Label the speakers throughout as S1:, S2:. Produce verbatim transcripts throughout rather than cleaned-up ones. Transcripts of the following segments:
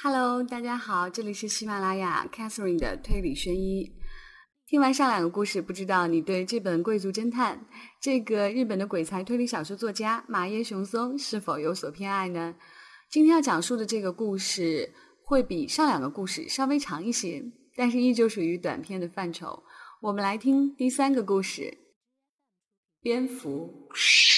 S1: Hello， 大家好，这里是喜马拉雅 Catherine 的推理悬疑。听完上两个故事，不知道你对这本《贵族侦探》这个日本的鬼才推理小说作家麻耶雄松是否有所偏爱呢？今天要讲述的这个故事会比上两个故事稍微长一些，但是依旧属于短篇的范畴。我们来听第三个故事，蝙蝠。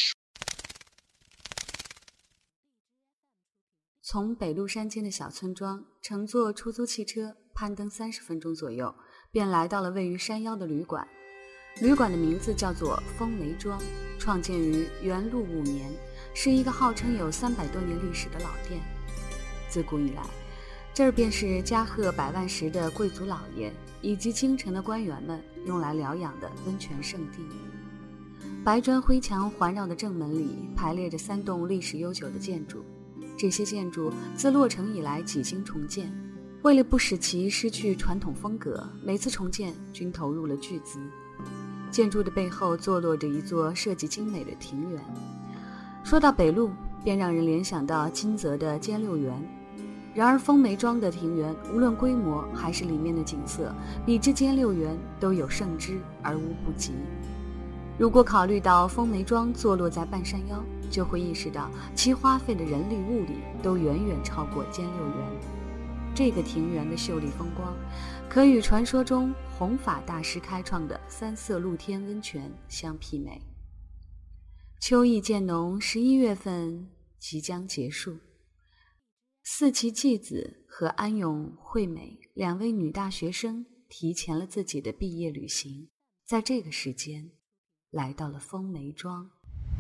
S1: 从北麓山间的小村庄乘坐出租汽车攀登三十分钟左右，便来到了位于山腰的旅馆。旅馆的名字叫做风梅庄，创建于元禄五年，是一个号称有三百多年历史的老店。自古以来，这儿便是加贺百万石的贵族老爷以及京城的官员们用来疗养的温泉圣地。白砖灰墙环绕的正门里排列着三栋历史悠久的建筑，这些建筑自落成以来几经重建，为了不使其失去传统风格，每次重建均投入了巨资。建筑的背后坐落着一座设计精美的庭园。说到北路，便让人联想到金泽的兼六园。然而风梅庄的庭园无论规模还是里面的景色，比之兼六园都有胜之而无不及。如果考虑到风梅庄坐落在半山腰，就会意识到其花费的人力物力都远远超过兼六园。这个庭园的秀丽风光，可与传说中弘法大师开创的三色露天温泉相媲美。秋意渐浓，十一月份即将结束。四崎纪子和安永惠美两位女大学生提前了自己的毕业旅行，在这个时间来到了风梅庄。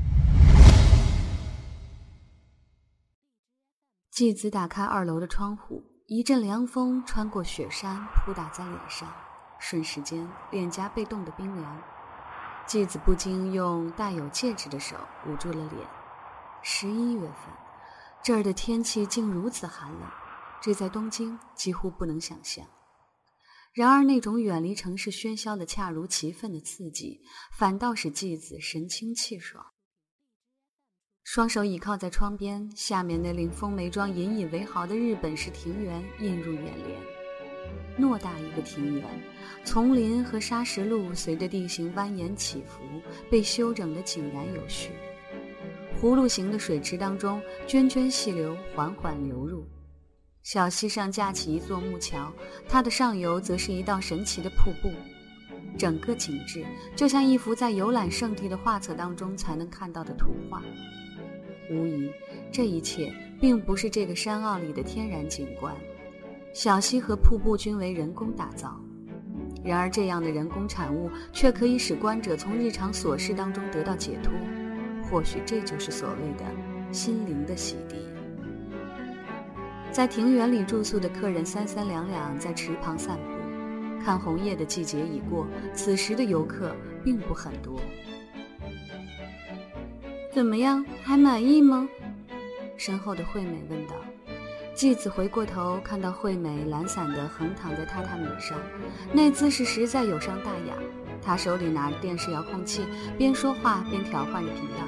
S1: 纪子打开二楼的窗户，一阵凉风穿过雪山扑打在脸上，瞬时间脸颊被冻得冰凉。纪子不禁用带有戒指的手捂住了脸。十一月份，这儿的天气竟如此寒冷，这在东京几乎不能想象。然而那种远离城市喧嚣的恰如其分的刺激，反倒使纪子神清气爽。双手倚靠在窗边，下面那令风梅庄引以为豪的日本式庭园映入眼帘。偌大一个庭园，丛林和砂石路随着地形蜿蜒起伏，被修整得井然有序。葫芦形的水池当中，涓涓细流缓缓流入。小溪上架起一座木桥，它的上游则是一道神奇的瀑布。整个景致就像一幅在游览圣地的画册当中才能看到的图画。无疑，这一切并不是这个山坳里的天然景观，小溪和瀑布均为人工打造。然而这样的人工产物却可以使观者从日常琐事当中得到解脱，或许这就是所谓的心灵的洗涤。在庭园里住宿的客人三三两两在池旁散步，看红叶的季节已过，此时的游客并不很多。怎么样，还满意吗？身后的惠美问道。纪子回过头，看到惠美懒散地横躺在榻榻米上，那姿势实在有伤大雅。她手里拿着电视遥控器，边说话边调换着频道。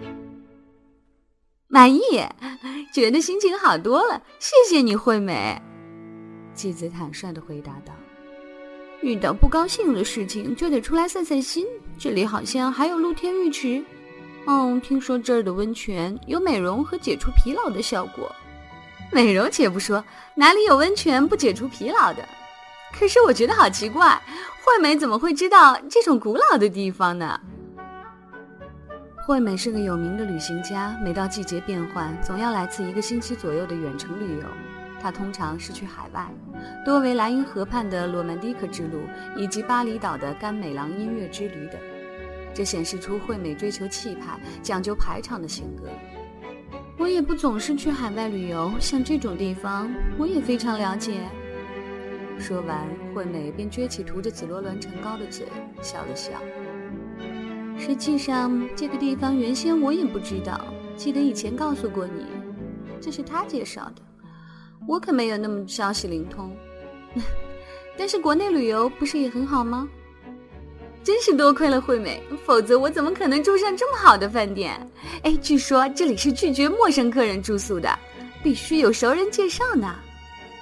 S1: 满意，觉得心情好多了，谢谢你，惠美。纪子坦率地回答道。遇到不高兴的事情就得出来散散心，这里好像还有露天浴池。哦，听说这儿的温泉有美容和解除疲劳的效果。美容且不说，哪里有温泉不解除疲劳的？可是我觉得好奇怪，惠美怎么会知道这种古老的地方呢？惠美是个有名的旅行家，每到季节变换，总要来自一个星期左右的远程旅游。她通常是去海外，多为莱茵河畔的罗曼蒂克之路以及巴厘岛的甘美郎音乐之旅等。这显示出惠美追求气派、讲究排场的性格。我也不总是去海外旅游，像这种地方我也非常了解。说完，惠美便撅起涂着紫罗兰唇膏的嘴，笑了笑。实际上这个地方原先我也不知道，记得以前告诉过你，这是他介绍的，我可没有那么消息灵通。但是国内旅游不是也很好吗？真是多亏了惠美，否则我怎么可能住上这么好的饭店？哎，据说这里是拒绝陌生客人住宿的，必须有熟人介绍呢。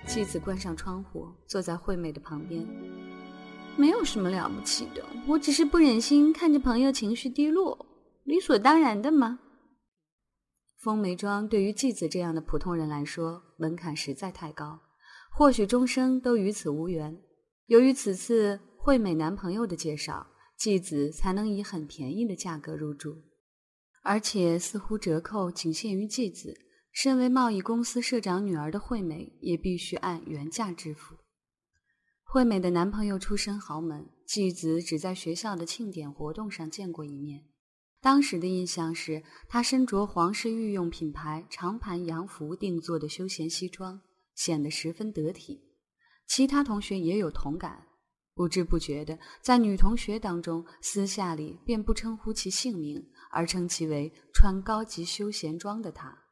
S1: 继子关上窗户，坐在惠美的旁边。没有什么了不起的，我只是不忍心看着朋友情绪低落，理所当然的嘛。风梅庄对于继子这样的普通人来说，门槛实在太高，或许终生都与此无缘。由于此次惠美男朋友的介绍，继子才能以很便宜的价格入住，而且似乎折扣仅限于继子，身为贸易公司社长女儿的惠美也必须按原价支付。惠美的男朋友出身豪门，继子只在学校的庆典活动上见过一面。当时的印象是她身着皇室御用品牌长盘洋服定做的休闲西装，显得十分得体。其他同学也有同感，不知不觉的，在女同学当中，私下里便不称呼其姓名，而称其为穿高级休闲装的她。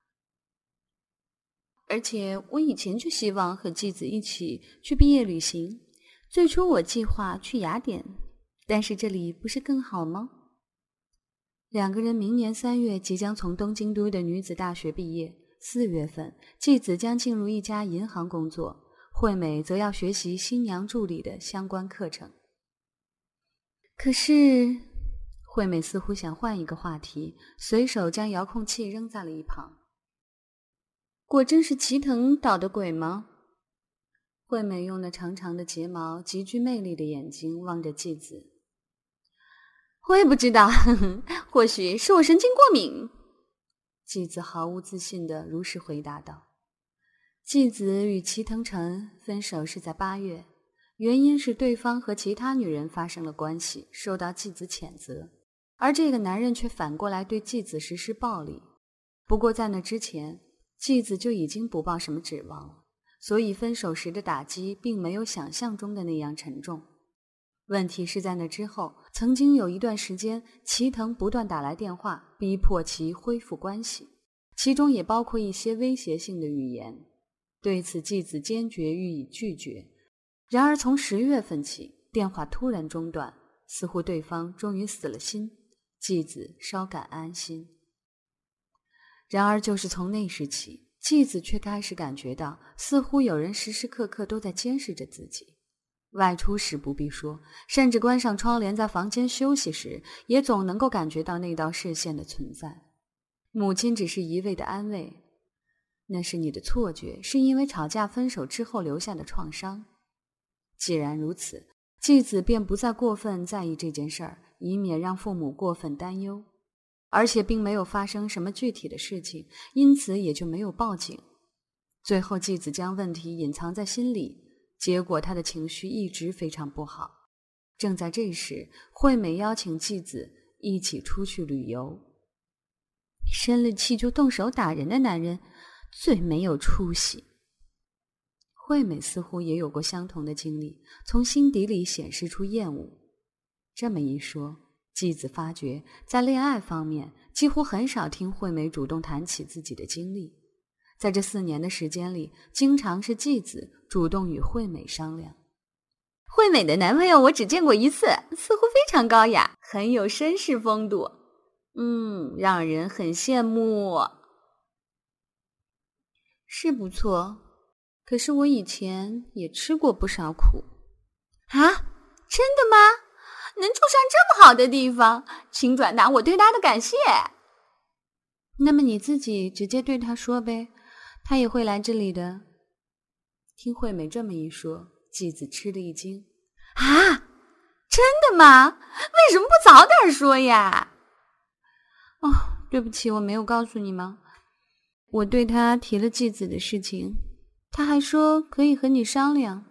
S1: 而且我以前就希望和继子一起去毕业旅行，最初我计划去雅典，但是这里不是更好吗？两个人明年三月即将从东京都的女子大学毕业，四月份继子将进入一家银行工作，惠美则要学习新娘助理的相关课程。可是惠美似乎想换一个话题，随手将遥控器扔在了一旁。果真是齐藤捣的鬼吗？惠美用那长长的睫毛极具魅力的眼睛望着继子。我也不知道，呵呵，或许是我神经过敏。继子毫无自信地如实回答道。继子与齐藤诚分手是在八月，原因是对方和其他女人发生了关系，受到继子谴责，而这个男人却反过来对继子实施暴力。不过在那之前，继子就已经不抱什么指望了，所以分手时的打击并没有想象中的那样沉重。问题是在那之后，曾经有一段时间，齐藤不断打来电话，逼迫其恢复关系，其中也包括一些威胁性的语言。对此，继子坚决予以拒绝。然而从十月份起，电话突然中断，似乎对方终于死了心，继子稍感安心。然而就是从那时起，继子却开始感觉到，似乎有人时时刻刻都在监视着自己。外出时不必说，甚至关上窗帘在房间休息时，也总能够感觉到那道视线的存在。母亲只是一味的安慰，那是你的错觉，是因为吵架分手之后留下的创伤。既然如此，继子便不再过分在意这件事儿，以免让父母过分担忧。而且并没有发生什么具体的事情，因此也就没有报警。最后继子将问题隐藏在心里，结果他的情绪一直非常不好。正在这时，惠美邀请继子一起出去旅游。生了气就动手打人的男人最没有出息。惠美似乎也有过相同的经历，从心底里显示出厌恶。这么一说，继子发觉在恋爱方面几乎很少听惠美主动谈起自己的经历。在这四年的时间里，经常是继子主动与惠美商量。惠美的男朋友我只见过一次，似乎非常高雅，很有绅士风度，嗯，让人很羡慕。是不错，可是我以前也吃过不少苦。啊，真的吗？能住上这么好的地方，请转达我对他的感谢。那么你自己直接对他说呗，他也会来这里的。听惠美这么一说，继子吃了一惊。啊，真的吗？为什么不早点说呀？哦，对不起，我没有告诉你吗？我对他提了继子的事情，他还说可以和你商量。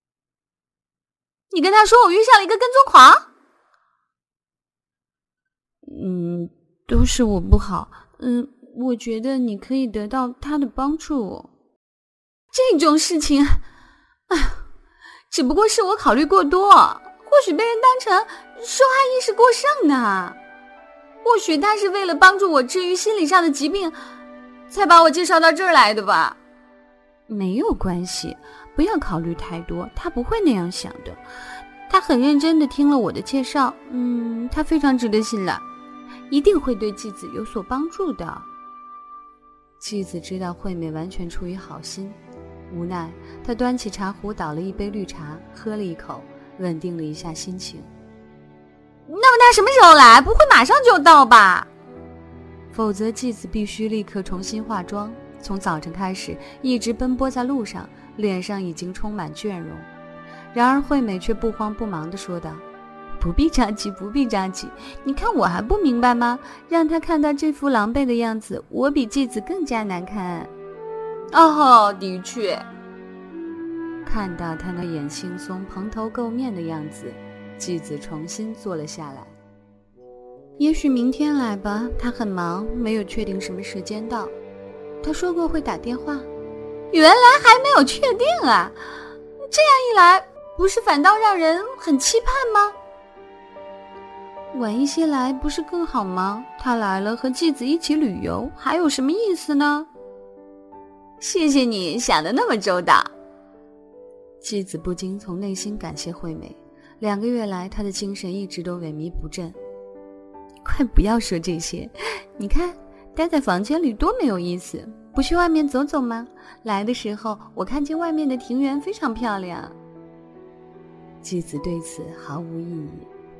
S1: 你跟他说我遇上了一个跟踪狂？嗯，都是我不好。嗯，我觉得你可以得到他的帮助。这种事情，哎，只不过是我考虑过多，或许被人当成受害意识过剩呢。或许他是为了帮助我治愈心理上的疾病，才把我介绍到这儿来的吧。没有关系，不要考虑太多，他不会那样想的。他很认真地听了我的介绍，嗯，他非常值得信赖，一定会对继子有所帮助的。继子知道惠美完全出于好心， 无奈他端起茶壶倒了一杯绿茶，喝了一口，稳定了一下心情。
S2: 那么他什么时候来？不会马上就到吧？
S1: 否则继子必须立刻重新化妆，从早晨开始一直奔波在路上，脸上已经充满倦容。然而惠美却不慌不忙地说道，不必着急，不必着急，你看我还不明白吗？让他看到这副狼狈的样子，我比继子更加难看。
S2: 哦，的确。
S1: 看到他那眼惺忪蓬头垢面的样子，继子重新坐了下来。也许明天来吧，他很忙，没有确定什么时间到。他说过会打电话。
S2: 原来还没有确定啊，这样一来不是反倒让人很期盼吗？
S1: 晚一些来不是更好吗？他来了和继子一起旅游，还有什么意思呢？
S2: 谢谢你想得那么周到。
S1: 继子不禁从内心感谢惠美，两个月来她的精神一直都萎靡不振。快不要说这些，你看待在房间里多没有意思，不去外面走走吗？来的时候我看见外面的庭园非常漂亮。继子对此毫无异议。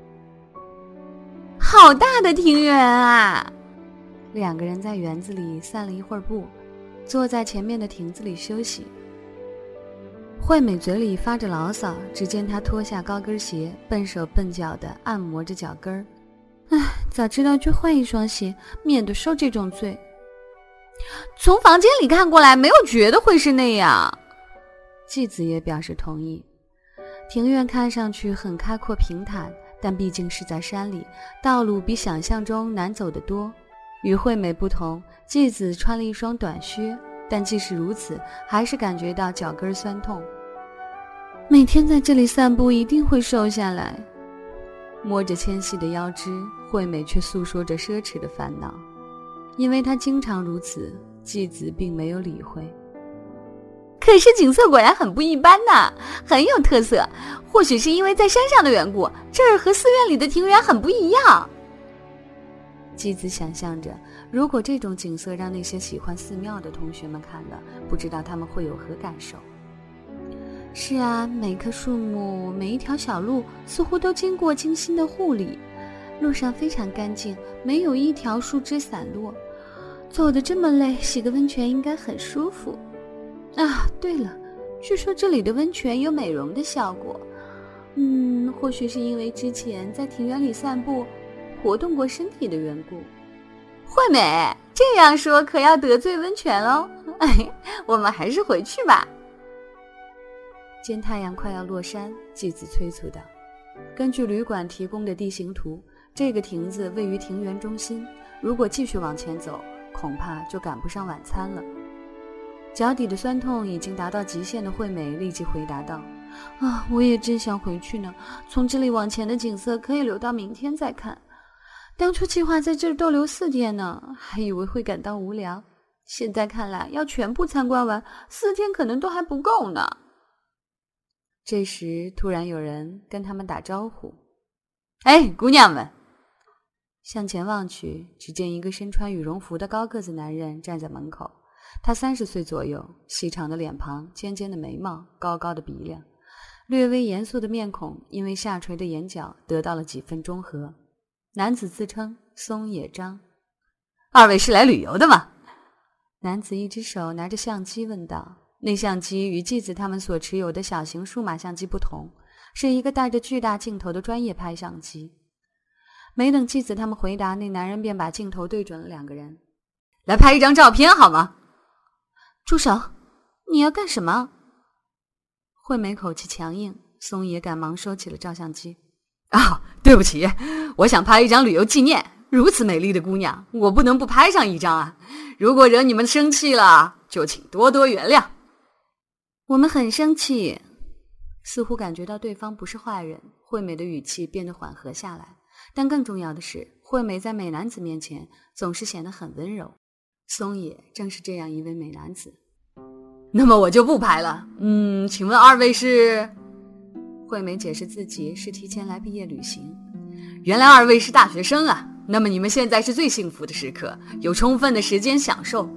S2: 好大的庭园啊！
S1: 两个人在园子里散了一会儿步，坐在前面的亭子里休息。惠美嘴里发着牢骚，只见她脱下高跟鞋，笨手笨脚地按摩着脚跟儿。唉，早知道就换一双鞋，免得受这种罪。
S2: 从房间里看过来，没有觉得会是那样。
S1: 继子也表示同意。庭院看上去很开阔平坦，但毕竟是在山里，道路比想象中难走得多。与惠美不同，继子穿了一双短靴，但即使如此，还是感觉到脚跟酸痛。每天在这里散步一定会瘦下来。摸着纤细的腰肢，惠美却诉说着奢侈的烦恼。因为她经常如此，继子并没有理会。
S2: 可是景色果然很不一般呢，很有特色。或许是因为在山上的缘故，这儿和寺院里的庭园很不一样。
S1: 继子想象着，如果这种景色让那些喜欢寺庙的同学们看了，不知道他们会有何感受。是啊，每棵树木，每一条小路似乎都经过精心的护理，路上非常干净，没有一条树枝散落。走得这么累，洗个温泉应该很舒服。啊，对了，据说这里的温泉有美容的效果。嗯，或许是因为之前在庭园里散步活动过身体的缘故。
S2: 惠美，这样说可要得罪温泉喽。哎，我们还是回去吧。
S1: 见太阳快要落山，继子催促道，根据旅馆提供的地形图，这个亭子位于庭园中心，如果继续往前走，恐怕就赶不上晚餐了。脚底的酸痛已经达到极限的惠美立即回答道，啊，我也真想回去呢，从这里往前的景色可以留到明天再看。当初计划在这儿逗留四天呢，还以为会感到无聊，现在看来要全部参观完，四天可能都还不够呢。这时突然有人跟他们打招呼，
S2: 哎，姑娘们！
S1: 向前望去，只见一个身穿羽绒服的高个子男人站在门口。他三十岁左右，细长的脸庞，尖尖的眉毛，高高的鼻梁，略微严肃的面孔因为下垂的眼角得到了几分中和。男子自称松野章。
S2: 二位是来旅游的吗？
S1: 男子一只手拿着相机问道。那相机与继子他们所持有的小型数码相机不同，是一个带着巨大镜头的专业拍相机。没等继子他们回答，那男人便把镜头对准了两个人。
S2: 来拍一张照片好吗？
S1: 住手！你要干什么？惠美口气强硬，松野赶忙收起了照相机。
S2: 啊，对不起，我想拍一张旅游纪念，如此美丽的姑娘，我不能不拍上一张啊！如果惹你们生气了，就请多多原谅。
S1: 我们很生气。似乎感觉到对方不是坏人，惠美的语气变得缓和下来。但更重要的是，惠美在美男子面前总是显得很温柔。松野正是这样一位美男子。
S2: 那么我就不拍了。嗯，请问二位是？
S1: 惠美解释自己是提前来毕业旅行。
S2: 原来二位是大学生啊，那么你们现在是最幸福的时刻，有充分的时间享受。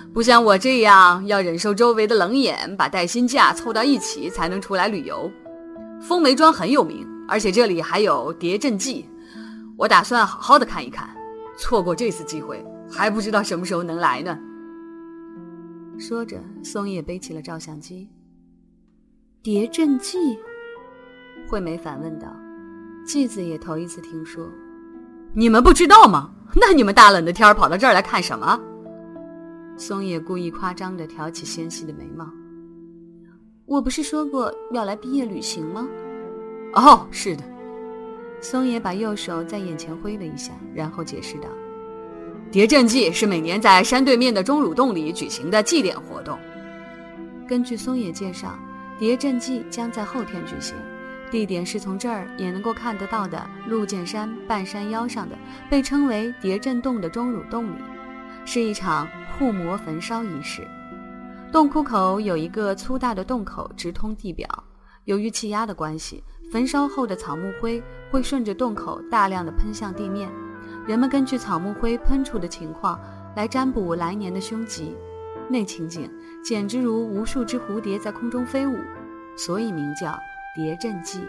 S2: 不像我这样要忍受周围的冷眼，把带薪假凑到一起才能出来旅游。风梅庄很有名，而且这里还有谍阵记，我打算好好的看一看，错过这次机会还不知道什么时候能来呢。
S1: 说着，松叶背起了照相机。谍阵记？惠美反问道。继子也头一次听说。
S2: 你们不知道吗？那你们大冷的天跑到这儿来看什么？
S1: 松叶故意夸张地挑起纤细的眉毛。我不是说过要来毕业旅行吗？
S2: 哦，是的。
S1: 松叶把右手在眼前挥了一下，然后解释道。
S2: 谍阵祭是每年在山对面的钟乳洞里举行的祭典活动。
S1: 根据松野介绍，谍阵祭将在后天举行，地点是从这儿也能够看得到的鹿剑山半山腰上的被称为谍阵洞的钟乳洞里，是一场护魔焚烧仪式。洞窟口有一个粗大的洞口直通地表，由于气压的关系，焚烧后的草木灰会顺着洞口大量的喷向地面，人们根据草木灰喷出的情况来占卜来年的凶吉，那情景简直如无数只蝴蝶在空中飞舞，所以名叫谍阵祭。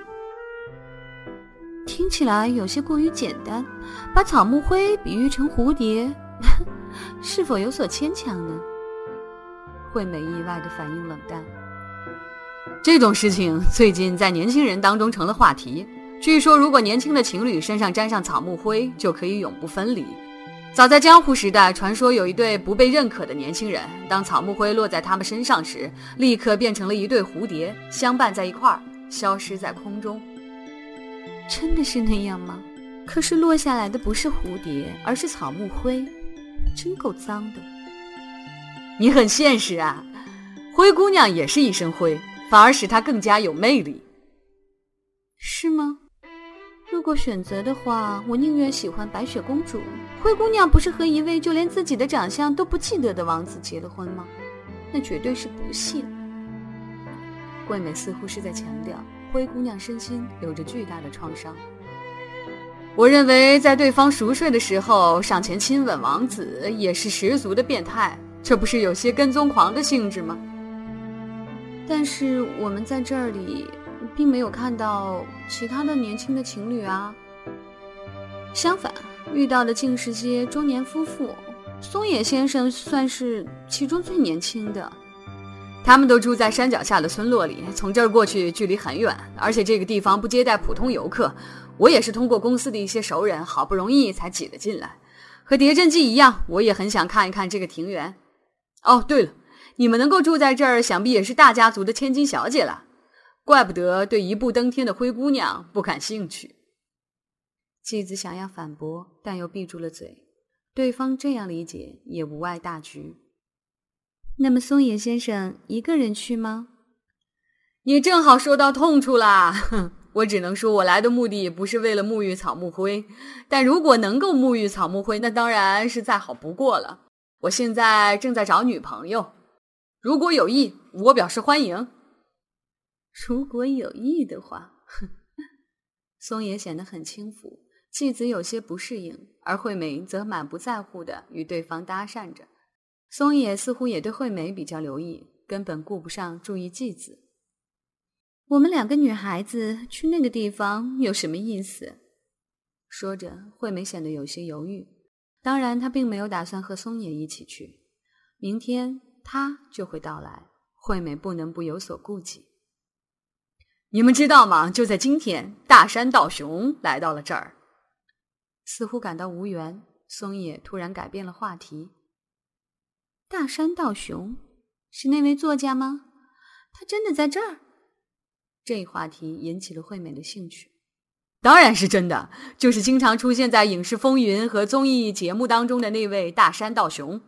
S1: 听起来有些过于简单，把草木灰比喻成蝴蝶是否有所牵强呢？惠美意外地反应冷淡。
S2: 这种事情最近在年轻人当中成了话题，据说如果年轻的情侣身上沾上草木灰，就可以永不分离。早在江湖时代，传说有一对不被认可的年轻人，当草木灰落在他们身上时，立刻变成了一对蝴蝶，相伴在一块儿，消失在空中。
S1: 真的是那样吗？可是落下来的不是蝴蝶，而是草木灰，真够脏的。
S2: 你很现实啊，灰姑娘也是一身灰，反而使她更加有魅力。
S1: 是吗？如果选择的话，我宁愿喜欢白雪公主。灰姑娘不是和一位就连自己的长相都不记得的王子结了婚吗？那绝对是不幸。惠美似乎是在强调，灰姑娘身心有着巨大的创伤。
S2: 我认为在对方熟睡的时候上前亲吻王子，也是十足的变态，这不是有些跟踪狂的性质吗？
S1: 但是我们在这里并没有看到其他的年轻的情侣啊。相反，遇到的竟是些中年夫妇，松野先生算是其中最年轻的。
S2: 他们都住在山脚下的村落里，从这儿过去距离很远，而且这个地方不接待普通游客。我也是通过公司的一些熟人，好不容易才挤了进来。和谍阵记一样，我也很想看一看这个庭园。哦，对了，你们能够住在这儿，想必也是大家族的千金小姐了。怪不得对一步登天的灰姑娘不感兴趣。
S1: 继子想要反驳，但又闭住了嘴。对方这样理解也无碍大局。那么松野先生一个人去吗？
S2: 你正好说到痛处啦。我只能说我来的目的不是为了沐浴草木灰，但如果能够沐浴草木灰，那当然是再好不过了。我现在正在找女朋友，如果有意，我表示欢迎。
S1: 如果有意的话，松野显得很轻浮，继子有些不适应，而惠美则满不在乎地与对方搭讪着。松野似乎也对惠美比较留意，根本顾不上注意继子。我们两个女孩子去那个地方有什么意思？说着，惠美显得有些犹豫。当然，她并没有打算和松野一起去。明天她就会到来，惠美不能不有所顾忌。
S2: 你们知道吗？就在今天，大山道雄来到了这儿。
S1: 似乎感到无缘，松野突然改变了话题。大山道雄是那位作家吗？他真的在这儿？这一话题引起了惠美的兴趣。
S2: 当然是真的，就是经常出现在影视风云和综艺节目当中的那位大山道雄。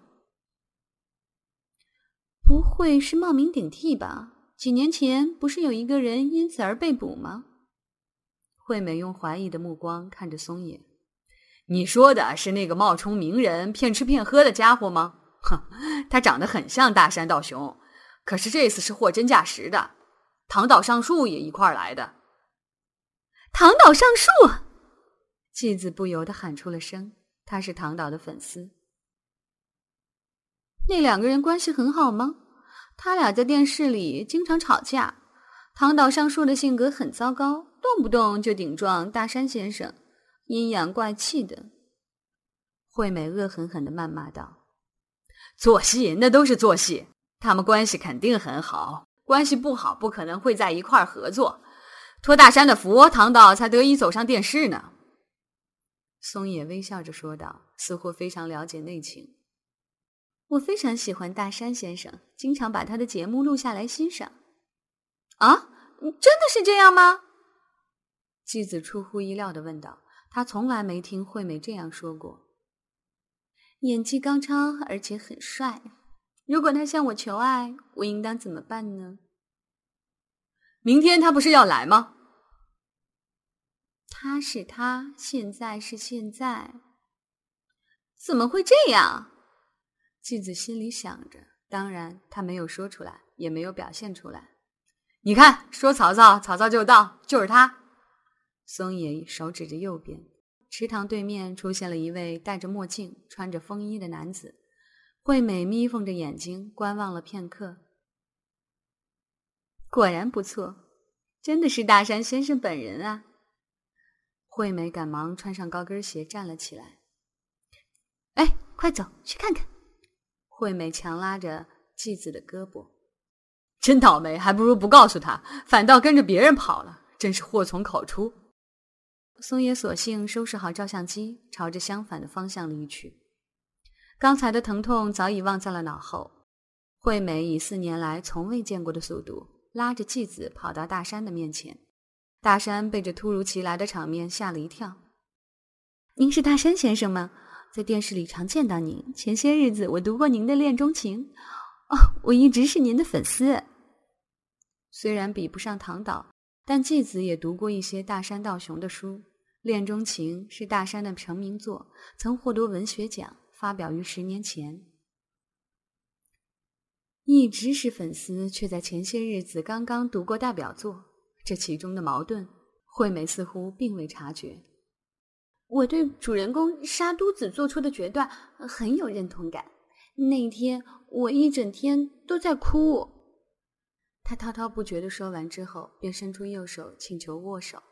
S1: 不会是冒名顶替吧？几年前不是有一个人因此而被捕吗？惠美用怀疑的目光看着松野。
S2: 你说的是那个冒充名人骗吃骗喝的家伙吗？哼，他长得很像大山道雄，可是这次是货真价实的。唐岛上树也一块儿来的。
S1: 唐岛上树！继子不由得喊出了声，他是唐岛的粉丝。 那两个人关系很好吗？他俩在电视里经常吵架。唐岛上树的性格很糟糕，动不动就顶撞大山先生，阴阳怪气的。惠美恶狠狠地谩骂道：
S2: 做戏那都是做戏，他们关系肯定很好，关系不好不可能会在一块儿合作。托大山的福，唐岛才得以走上电视呢。
S1: 松野微笑着说道，似乎非常了解内情。我非常喜欢大山先生，经常把他的节目录下来欣赏。
S2: 啊，真的是这样吗？
S1: 纪子出乎意料地问道，他从来没听惠美这样说过。演技高超，而且很帅。如果他向我求爱，我应当怎么办呢？
S2: 明天他不是要来吗？
S1: 他是他，现在是现在。
S2: 怎么会这样？
S1: 纪子心里想着，当然他没有说出来，也没有表现出来。
S2: 你看，说曹操，曹操就到，就是他。
S1: 松野手指着右边，池塘对面出现了一位戴着墨镜、穿着风衣的男子。惠美眯缝着眼睛观望了片刻。果然不错，真的是大山先生本人啊。惠美赶忙穿上高跟鞋站了起来。哎，快走，去看看。惠美强拉着纪子的胳膊。
S2: 真倒霉，还不如不告诉他，反倒跟着别人跑了，真是祸从口出。
S1: 松野索性收拾好照相机，朝着相反的方向离去。刚才的疼痛早已忘在了脑后。惠美以四年来从未见过的速度，拉着纪子跑到大山的面前。大山被这突如其来的场面吓了一跳。您是大山先生吗？在电视里常见到您，前些日子我读过您的恋钟情。哦，我一直是您的粉丝。虽然比不上唐岛，但纪子也读过一些大山道雄的书。恋钟情是大山的成名作，曾获得文学奖，发表于十年前。一直是粉丝，却在前些日子刚刚读过代表作，这其中的矛盾，惠美似乎并未察觉。我对主人公杀都子做出的决断很有认同感。那天我一整天都在哭。他滔滔不绝地说完之后，便伸出右手请求握手。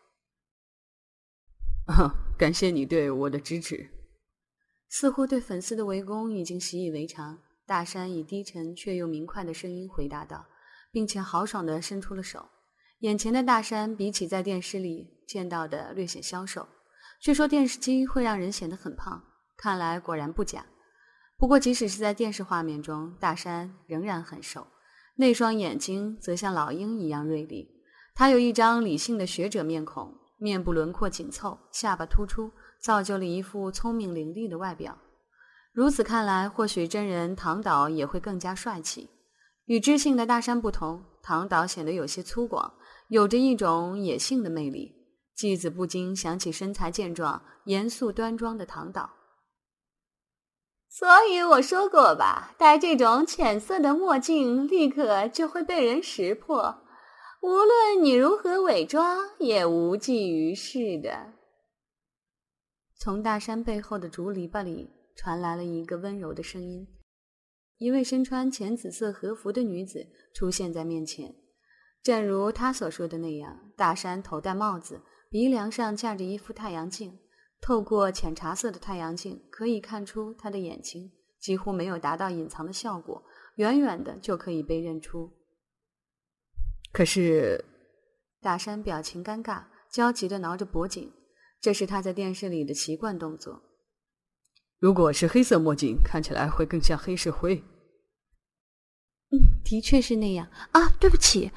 S2: 哦，感谢你对我的支持。
S1: 似乎对粉丝的围攻已经习以为常，大山以低沉却又明快的声音回答道，并且豪爽地伸出了手。眼前的大山比起在电视里见到的略显消瘦，据说电视机会让人显得很胖，看来果然不假。不过即使是在电视画面中，大山仍然很瘦，那双眼睛则像老鹰一样锐利。他有一张理性的学者面孔，面部轮廓紧凑，下巴突出，造就了一副聪明伶俐的外表。如此看来，或许真人唐岛也会更加帅气。与知性的大山不同，唐岛显得有些粗犷，有着一种野性的魅力。纪子不禁想起身材健壮、严肃端庄的唐岛。所以我说过吧，戴这种浅色的墨镜，立刻就会被人识破。无论你如何伪装，也无济于事的。从大山背后的竹篱笆里传来了一个温柔的声音。一位身穿浅紫色和服的女子出现在面前。正如她所说的那样，大山头戴帽子，鼻梁上架着一副太阳镜，透过浅茶色的太阳镜可以看出他的眼睛，几乎没有达到隐藏的效果，远远的就可以被认出。
S2: 可是，
S1: 大山表情尴尬，焦急地挠着脖颈，这是他在电视里的习惯动作。
S2: 如果是黑色墨镜，看起来会更像黑社会。
S1: 嗯，的确是那样啊，对不起。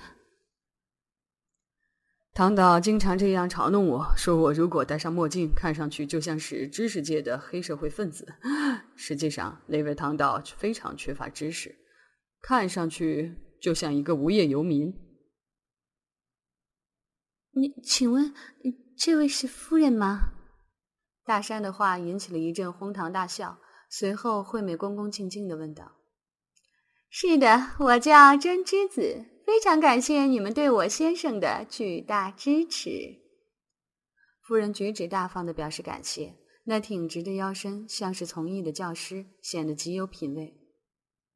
S2: 唐导经常这样嘲弄我，说我如果戴上墨镜，看上去就像是知识界的黑社会分子。实际上，那位唐导非常缺乏知识，看上去就像一个无业游民。
S1: 你请问，这位是夫人吗？大山的话引起了一阵哄堂大笑，随后惠美恭恭敬敬地问道：是的，我叫真之子，非常感谢你们对我先生的巨大支持。夫人举止大方地表示感谢，那挺直的腰身像是从艺的教师，显得极有品味。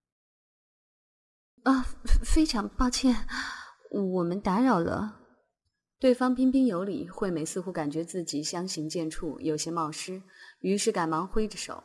S1: 啊，非常抱歉，我们打扰了。
S2: 对方彬彬有礼，惠美似乎感觉自己相形见绌，有些冒失，于是赶忙挥着手。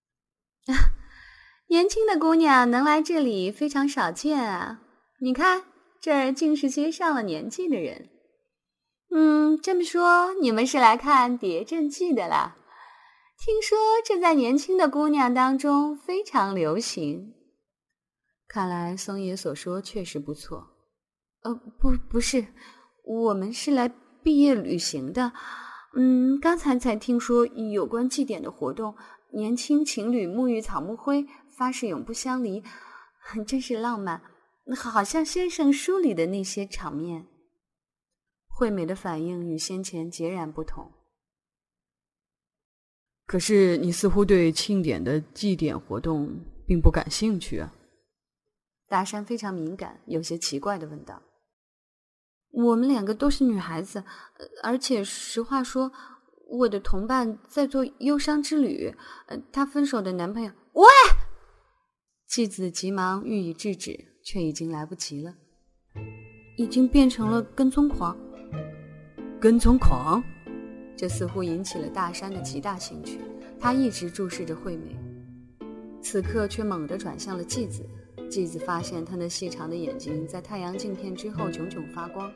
S2: 年轻的姑娘能来这里非常少见啊，你看这儿尽是些上了年纪的人。嗯，这么说你们是来看《谍战记》的啦？听说这在年轻的姑娘当中非常流行。看来松野所说确实不错。
S1: 呃，不，不是，我们是来毕业旅行的。嗯，刚才才听说有关祭典的活动，年轻情侣沐浴草木灰，发誓永不相离，真是浪漫，好像先生书里的那些场面。
S2: 惠美的反应与先前截然不同。可是你似乎对庆典的祭典活动并不感兴趣啊。大山非常敏感，有些奇怪地问道。
S1: 我们两个都是女孩子，而且实话说，我的同伴在做忧伤之旅，她分手的男朋友……喂！
S2: 继子急忙予以制止，却已经来不及了，
S1: 已经变成了跟踪狂。
S2: 跟踪狂？这似乎引起了大山的极大兴趣，他一直注视着惠美，此刻却猛地转向了继子。继子发现他那细长的眼睛在太阳镜片之后炯炯发光。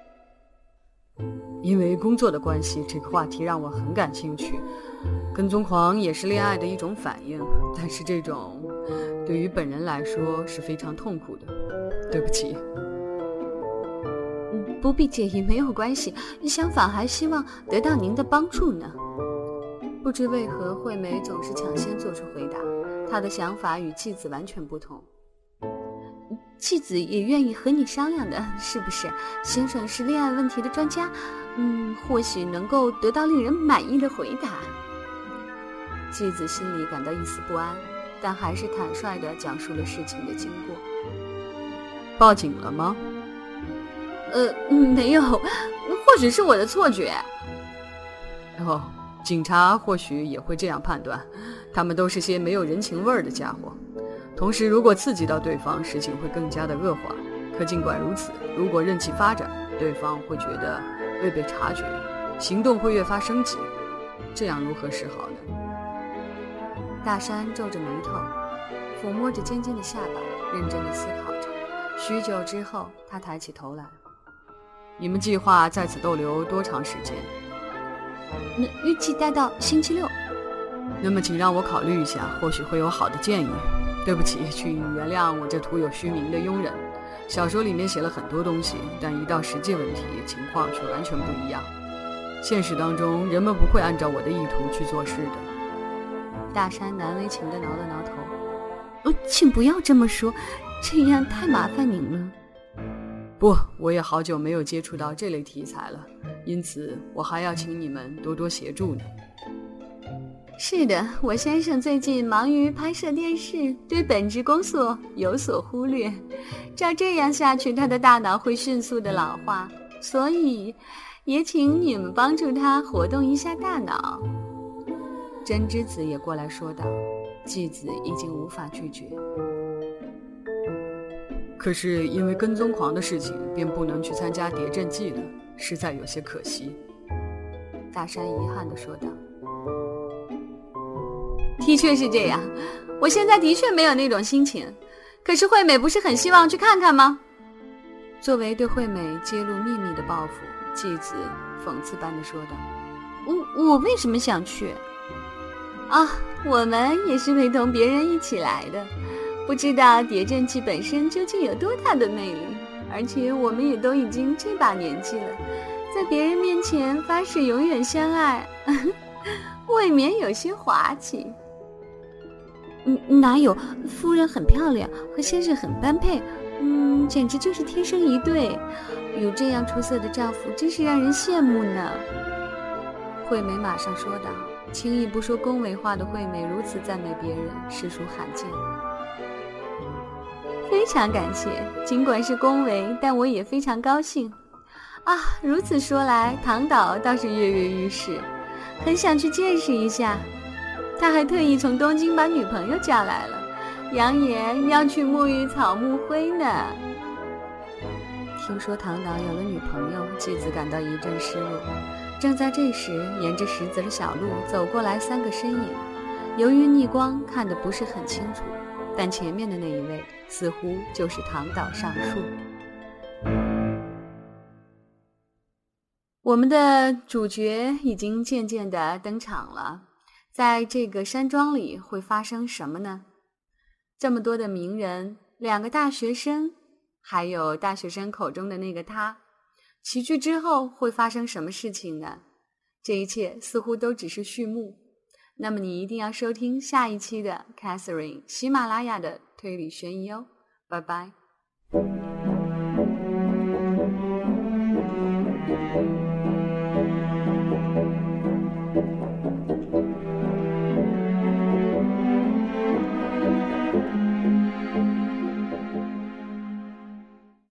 S2: 因为工作的关系，这个话题让我很感兴趣。跟踪狂也是恋爱的一种反应，但是这种对于本人来说是非常痛苦的。对不起。
S1: 不必介意，没有关系，相反还希望得到您的帮助呢。
S2: 不知为何惠美总是抢先做出回答，她的想法与继子完全不同。
S1: 继子也愿意和你商量的，是不是？先生是恋爱问题的专家，嗯，或许能够得到令人满意的回答。
S2: 继子心里感到一丝不安，但还是坦率地讲述了事情的经过。报警了吗？
S1: 呃，没有，或许是我的错觉。
S2: 哦，警察或许也会这样判断，他们都是些没有人情味儿的家伙。同时，如果刺激到对方，事情会更加的恶化。可尽管如此，如果任其发展，对方会觉得未被察觉，行动会越发升级，这样如何是好呢？大山皱着眉头，抚摸着尖尖的下巴，认真地思考着。许久之后，他抬起头来。你们计划在此逗留多长时间？
S1: 预计待到星期六。
S2: 那么请让我考虑一下，或许会有好的建议。对不起，请原谅我这徒有虚名的庸人。小说里面写了很多东西，但一到实际问题，情况却完全不一样。现实当中，人们不会按照我的意图去做事的。大山难为情地挠了挠头。
S1: 哦，请不要这么说，这样太麻烦您了。
S2: 不，我也好久没有接触到这类题材了，因此我还要请你们多多协助呢。是的，我先生最近忙于拍摄电视，对本职工作有所忽略。照这样下去，他的大脑会迅速的老化，所以也请你们帮助他活动一下大脑。真之子也过来说道，继子已经无法拒绝。可是因为跟踪狂的事情，便不能去参加谍战记了，实在有些可惜。大山遗憾地说道。的确是这样，我现在的确没有那种心情。可是惠美不是很希望去看看吗？作为对惠美揭露秘密的报复，继子讽刺般地说道。
S1: 我我为什么想去？
S2: 啊，我们也是陪同别人一起来的。不知道谍战记本身究竟有多大的魅力，而且我们也都已经这把年纪了，在别人面前发誓永远相爱，未免有些滑稽。
S1: 嗯，哪有，夫人很漂亮，和先生很般配，嗯，简直就是天生一对。有这样出色的丈夫，真是让人羡慕呢。
S2: 惠美马上说道，轻易不说恭维话的惠美如此赞美别人，实属罕见。非常感谢，尽管是恭维，但我也非常高兴。啊，如此说来，唐导倒是跃跃欲试，很想去见识一下。他还特意从东京把女朋友叫来了，
S1: 扬言要去沐浴草木灰呢。听说唐导有了女朋友，继子感到一阵失落。正在这时，沿着石子的小路走过来三个身影，由于逆光看得不是很清楚，但前面的那一位似乎就是唐导上树。我们的主角已经渐渐地登场了，在这个山庄里会发生什么呢？这么多的名人，两个大学生，还有大学生口中的那个他，齐聚之后会发生什么事情呢？这一切似乎都只是序幕。那么你一定要收听下一期的 Catherine 喜马拉雅的推理悬疑哦，拜拜。